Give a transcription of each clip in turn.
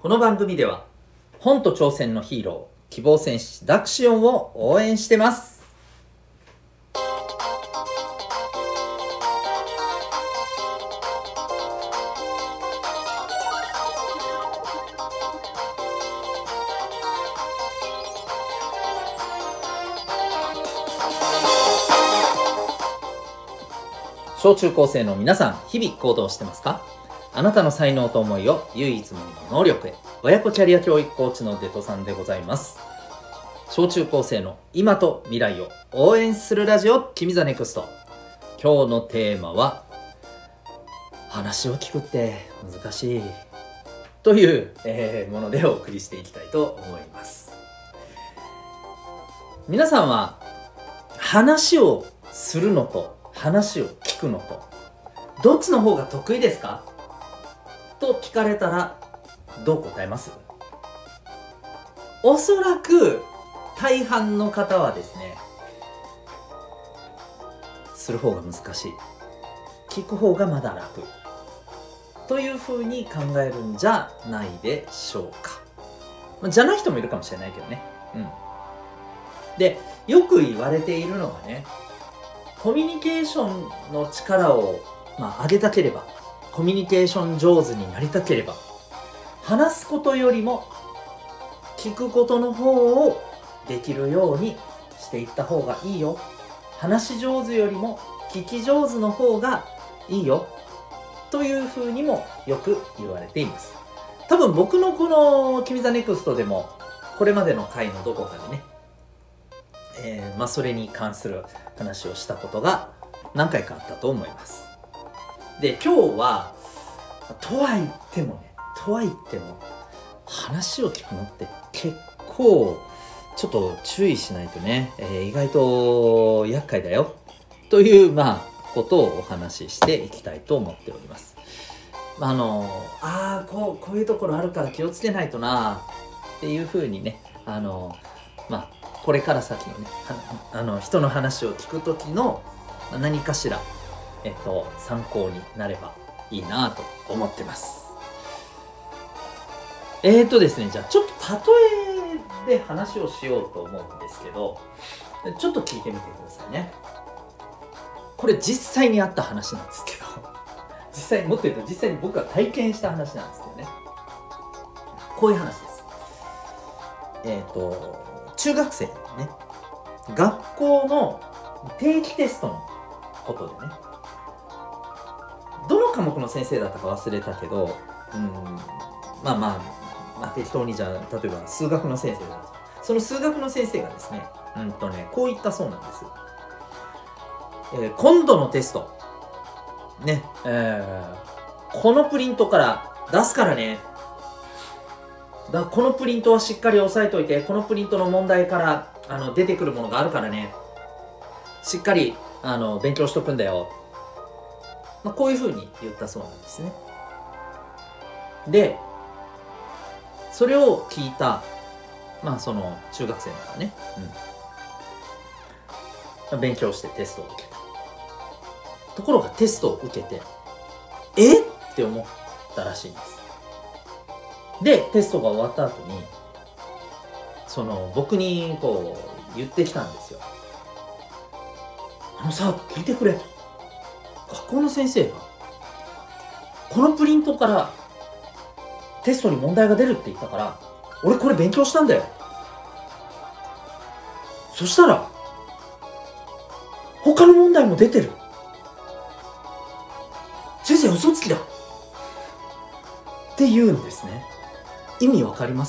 この番組では本と挑戦のヒーロー希望戦士ダクシオンを応援してます。小中高生の皆さん、日々行動してますか？あなたの才能と思いを唯一無二の能力へ。親子キャリア教育コーチのデトさんでございます。小中高生の今と未来を応援するラジオ、君ザネクスト。今日のテーマは、話を聞くって難しいという、ものでお送りしていきたいと思います。皆さんは話をするのと話を聞くのとどっちの方が得意ですかと聞かれたらどう答えます？おそらく大半の方はですね、する方が難しい、聞く方がまだ楽というふうに考えるんじゃないでしょうか。じゃない人もいるかもしれないけどね。で、よく言われているのがね、コミュニケーションの力を、上げたければ、コミュニケーション上手になりたければ、話すことよりも聞くことの方をできるようにしていった方がいいよ。話し上手よりも聞き上手の方がいいよ。というふうにもよく言われています。多分僕のこの君ザネクストでも、これまでの回のどこかでね、それに関する話をしたことが何回かあったと思います。で、今日はとは言っても話を聞くのって結構ちょっと注意しないとね、意外と厄介だよということをお話ししていきたいと思っております。こういうところあるから気をつけないとなっていうふうにね、これから先のね、人の話を聞くときの何かしら、参考になればいいなと思ってます。ですね、じゃあちょっと例えで話をしようと思うんですけど、ちょっと聞いてみてくださいね。これ実際にあった話なんですけど、実際に僕が体験した話なんですけどね。こういう話です。中学生ね、学校の定期テストのことでね、どの科目の先生だったか忘れたけど、適当にじゃあ、例えば数学の先生だと、その数学の先生がですね、こう言ったそうなんです。今度のテストね、このプリントから出すからね。このプリントはしっかり押さえといて、このプリントの問題から出てくるものがあるからね、しっかり勉強しとくんだよ。こういうふうに言ったそうなんですね。で、それを聞いたその中学生の子ね、勉強してテストを受けた。ところがテストを受けてって思ったらしいんです。で、テストが終わった後に僕にこう言ってきたんですよ。聞いてくれと。学校の先生がこのプリントからテストに問題が出るって言ったから、俺これ勉強したんだよ。そしたら他の問題も出てる。先生嘘つきだって言うんですね。意味わかります？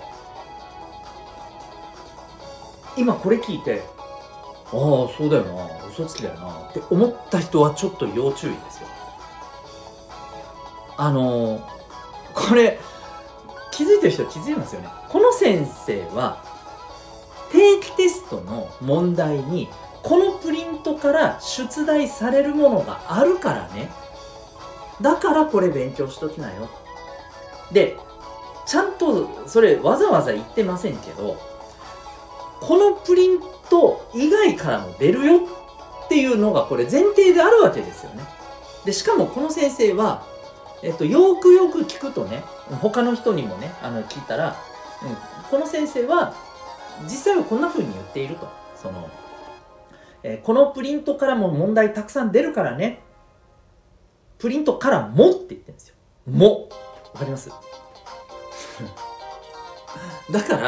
今これ聞いて、そうだよな、嘘つきだよなって思った人はちょっと要注意ですよ。これ気づいてる人は気づいますよね。この先生は定期テストの問題にこのプリントから出題されるものがあるからね、だからこれ勉強しときなよ。で、ちゃんとそれわざわざ言ってませんけど、このプリント以外からも出るよっていうのがこれ前提であるわけですよね。で、しかもこの先生はよくよく聞くとね、他の人にもね聞いたら、この先生は実際はこんな風に言っていると。このプリントからも問題たくさん出るからね。プリントからもって言ってるんですよ。も。わかりますだから、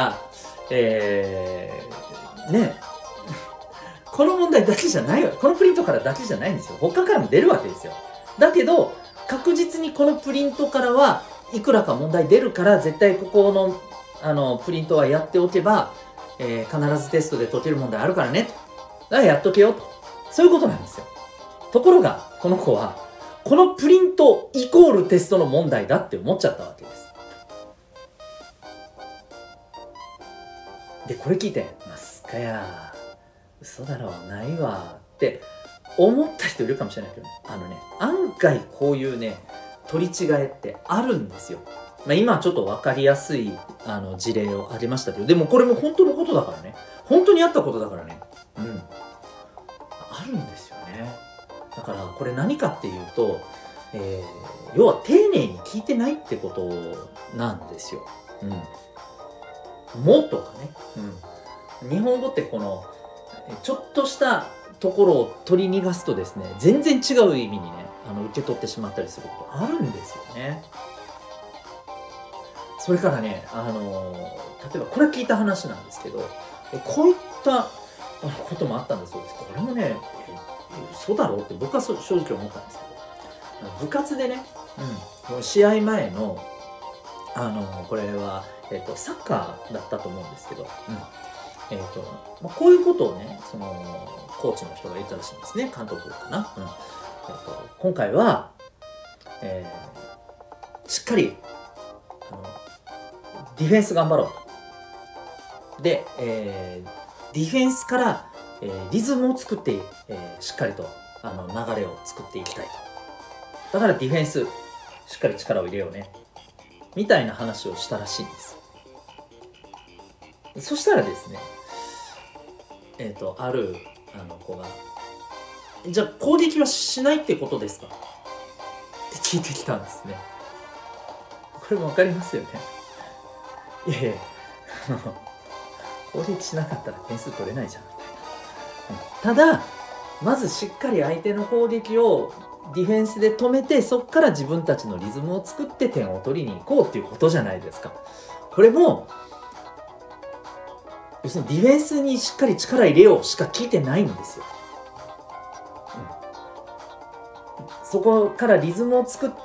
ね、この問題だけじゃないわ。このプリントからだけじゃないんですよ。他からも出るわけですよ。だけど、確実にこのプリントからはいくらか問題出るから、絶対ここのプリントはやっておけば、必ずテストで解ける問題あるからね。だからやっとけよと。そういうことなんですよ。ところが、この子は、このプリントイコールテストの問題だって思っちゃったわけです。で、これ聞いて、ますかや、嘘だろう、ないわって思った人いるかもしれないけど、案外こういうね、取り違えってあるんですよ。今ちょっと分かりやすい事例を挙げましたけど、でもこれも本当のことだからね。本当にあったことだからね。あるんですよね。だからこれ何かっていうと、要は丁寧に聞いてないってことなんですよ。もとかね。日本語ってこのちょっとしたところを取り逃がすとですね、全然違う意味にね、受け取ってしまったりすることあるんですよね。それからね、例えばこれ聞いた話なんですけど、こういったこともあったんですよ。これもね、嘘だろうって僕は正直思ったんですけど、部活でね、試合前のこれは、サッカーだったと思うんですけど、こういうことをね、コーチの人が言ったらしいんですね。監督かな。今回は、しっかりディフェンス頑張ろうと。で、ディフェンスから、リズムを作って、しっかりと流れを作っていきたいと。だからディフェンスしっかり力を入れようねみたいな話をしたらしいんです。そしたらですね、ある子が、じゃあ攻撃はしないってことですかって聞いてきたんですね。これも分かりますよね。いやいや、攻撃しなかったら点数取れないじゃんみたいな。ただまずしっかり相手の攻撃をディフェンスで止めて、そこから自分たちのリズムを作って点を取りに行こうっていうことじゃないですか。これも要するにディフェンスにしっかり力入れようしか聞いてないんですよ。そこからリズムを作って、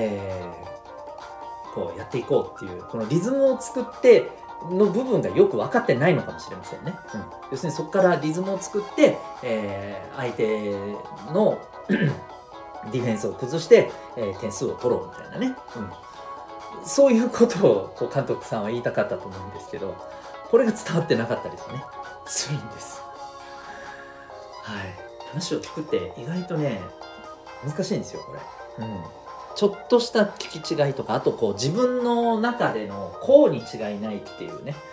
こうやっていこうっていう、このリズムを作っての部分がよく分かってないのかもしれませんね。要するにそこからリズムを作って、相手のディフェンスを崩して、点数を取ろうみたいなね、そういうことをこう監督さんは言いたかったと思うんですけど、これが伝わってなかったりとかねするんです。はい、話を聞くって意外とね難しいんですよこれ。ちょっとした聞き違いとか、あとこう自分の中でのこうに違いないっていうね、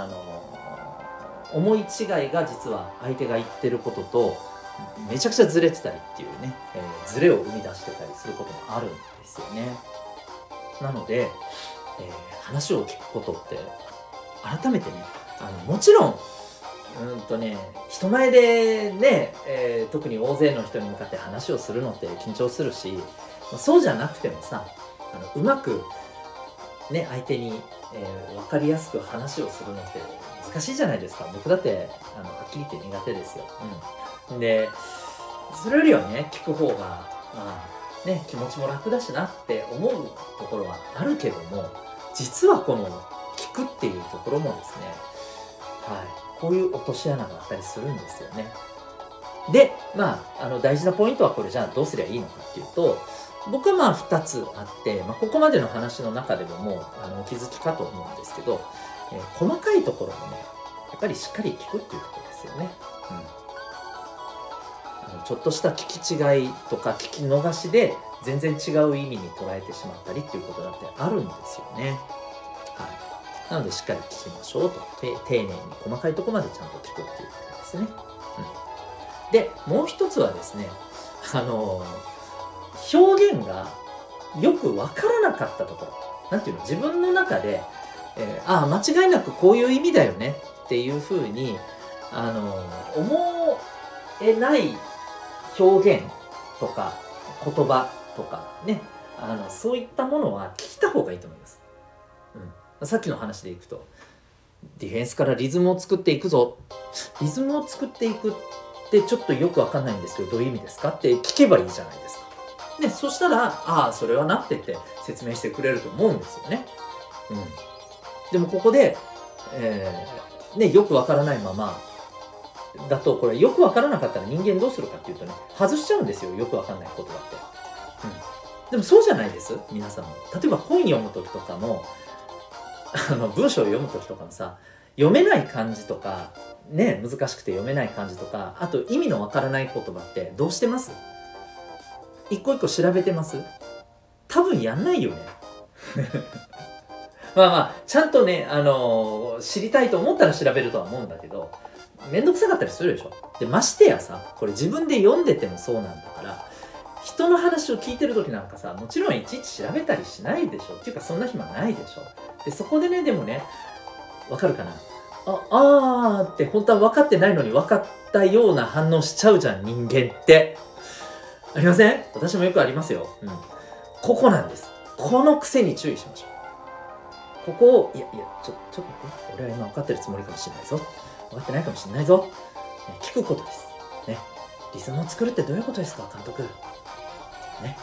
思い違いが実は相手が言ってることとめちゃくちゃずれてたりっていうね、ずれを生み出してたりすることもあるんですよね。なので、話を聞くことって改めてね、もちろん人前でね、特に大勢の人に向かって話をするのって緊張するし、そうじゃなくてもさ、うまくね相手に、分かりやすく話をするのって難しいじゃないですか。僕だってはっきり言って苦手ですよ。でそれよりはね聞く方が気持ちも楽だしなって思うところはあるけども、実はこの聞くっていうところもですね、こういう落とし穴があったりするんですよね。で大事なポイントはこれじゃあどうすりゃいいのかっていうと、僕は2つあって、ここまでの話の中でももうお気づきかと思うんですけど、細かいところもねやっぱりしっかり聞くっていうことですよね。ちょっとした聞き違いとか聞き逃しで全然違う意味に捉えてしまったりっていうことだってあるんですよね。なのでしっかり聞きましょうと、丁寧に細かいところまでちゃんと聞くっていうことですね。でもう一つはですね、表現がよくわからなかったところ、なんていうの、自分の中で、間違いなくこういう意味だよねっていうふうに思えない表現とか言葉とかね、そういったものは聞いた方がいいと思います。さっきの話でいくと、ディフェンスからリズムを作っていくぞ。リズムを作っていくってちょっとよくわかんないんですけど、どういう意味ですかって聞けばいいじゃないですか。で、そしたら、それはなってって説明してくれると思うんですよね。でもここで、よくわからないままだと、これよくわからなかったら人間どうするかっていうとね、外しちゃうんですよ、よくわかんない言葉って。でもそうじゃないです、皆さんも。例えば本読む時とかも、文章を読む時とかもさ、読めない漢字とかね、難しくて読めない漢字とか、あと意味のわからない言葉ってどうしてます？一個一個調べてます？多分やんないよね。ちゃんとね、知りたいと思ったら調べるとは思うんだけど、めんどくさかったりするでしょ。で、ましてやさ、これ自分で読んでてもそうなんだから、人の話を聞いてる時なんかさ、もちろんいちいち調べたりしないでしょ。っていうか、そんな暇ないでしょ。で、そこでね、でもね、わかるかな？って本当は分かってないのに分かったような反応しちゃうじゃん、人間って。ありません？私もよくありますよ。ここなんです。この癖に注意しましょう。ここを、ちょっと待って。俺は今分かってるつもりかもしれないぞ。分かってないかもしれないぞ。聞くことです。ね。リズムを作るってどういうことですか、監督。ね。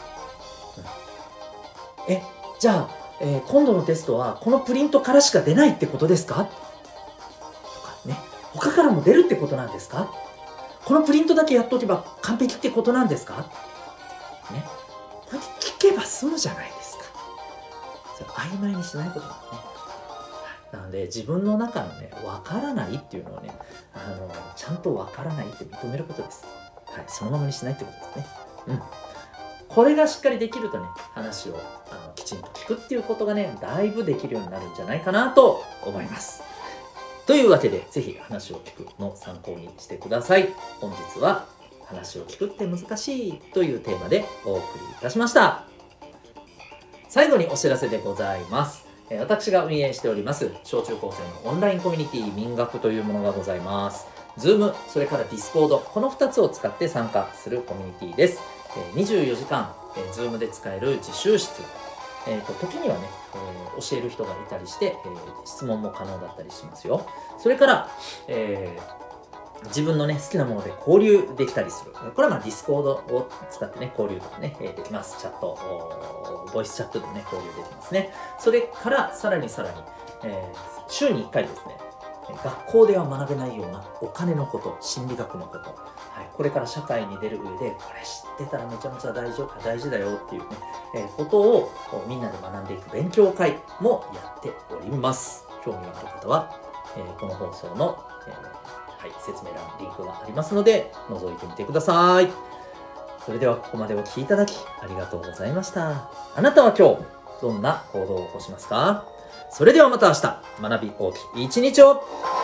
じゃあ、今度のテストはこのプリントからしか出ないってことですか？とかね。他からも出るってことなんですか？このプリントだけやっとけば完璧ってことなんですか？ね。こうやって聞けば済むじゃないですか。それ曖昧にしないことなんね。なので自分の中のね、わからないっていうのをね、ちゃんとわからないって認めることです。はい、そのままにしないってことですね。これがしっかりできるとね、話をきちんと聞くっていうことがね、だいぶできるようになるんじゃないかなと思います。というわけで、ぜひ話を聞くの参考にしてください。本日は話を聞くって難しいというテーマでお送りいたしました。最後にお知らせでございます。私が運営しております小中高生のオンラインコミュニティ民学というものがございます。Zoom、それから Discord、この2つを使って参加するコミュニティです。24時間、Zoom で使える自習室、時にはね、教える人がいたりして、質問も可能だったりしますよ。それから、自分のね、好きなもので交流できたりする。これはDiscord を使ってね、交流とかね、できます。チャット、ボイスチャットでね、交流できますね。それからさらに、週に1回ですね、学校では学べないようなお金のこと、心理学のこと、これから社会に出る上で、これ知ってたらめちゃめちゃ大事だよっていうね、ことをみんなで学んでいく勉強会もやっております。興味がある方は、この放送の、説明欄、リンクがありますので、覗いてみてください。それではここまでお聞きいただきありがとうございました。あなたは今日、どんな行動を起こしますか？それではまた明日、学び大きい一日を。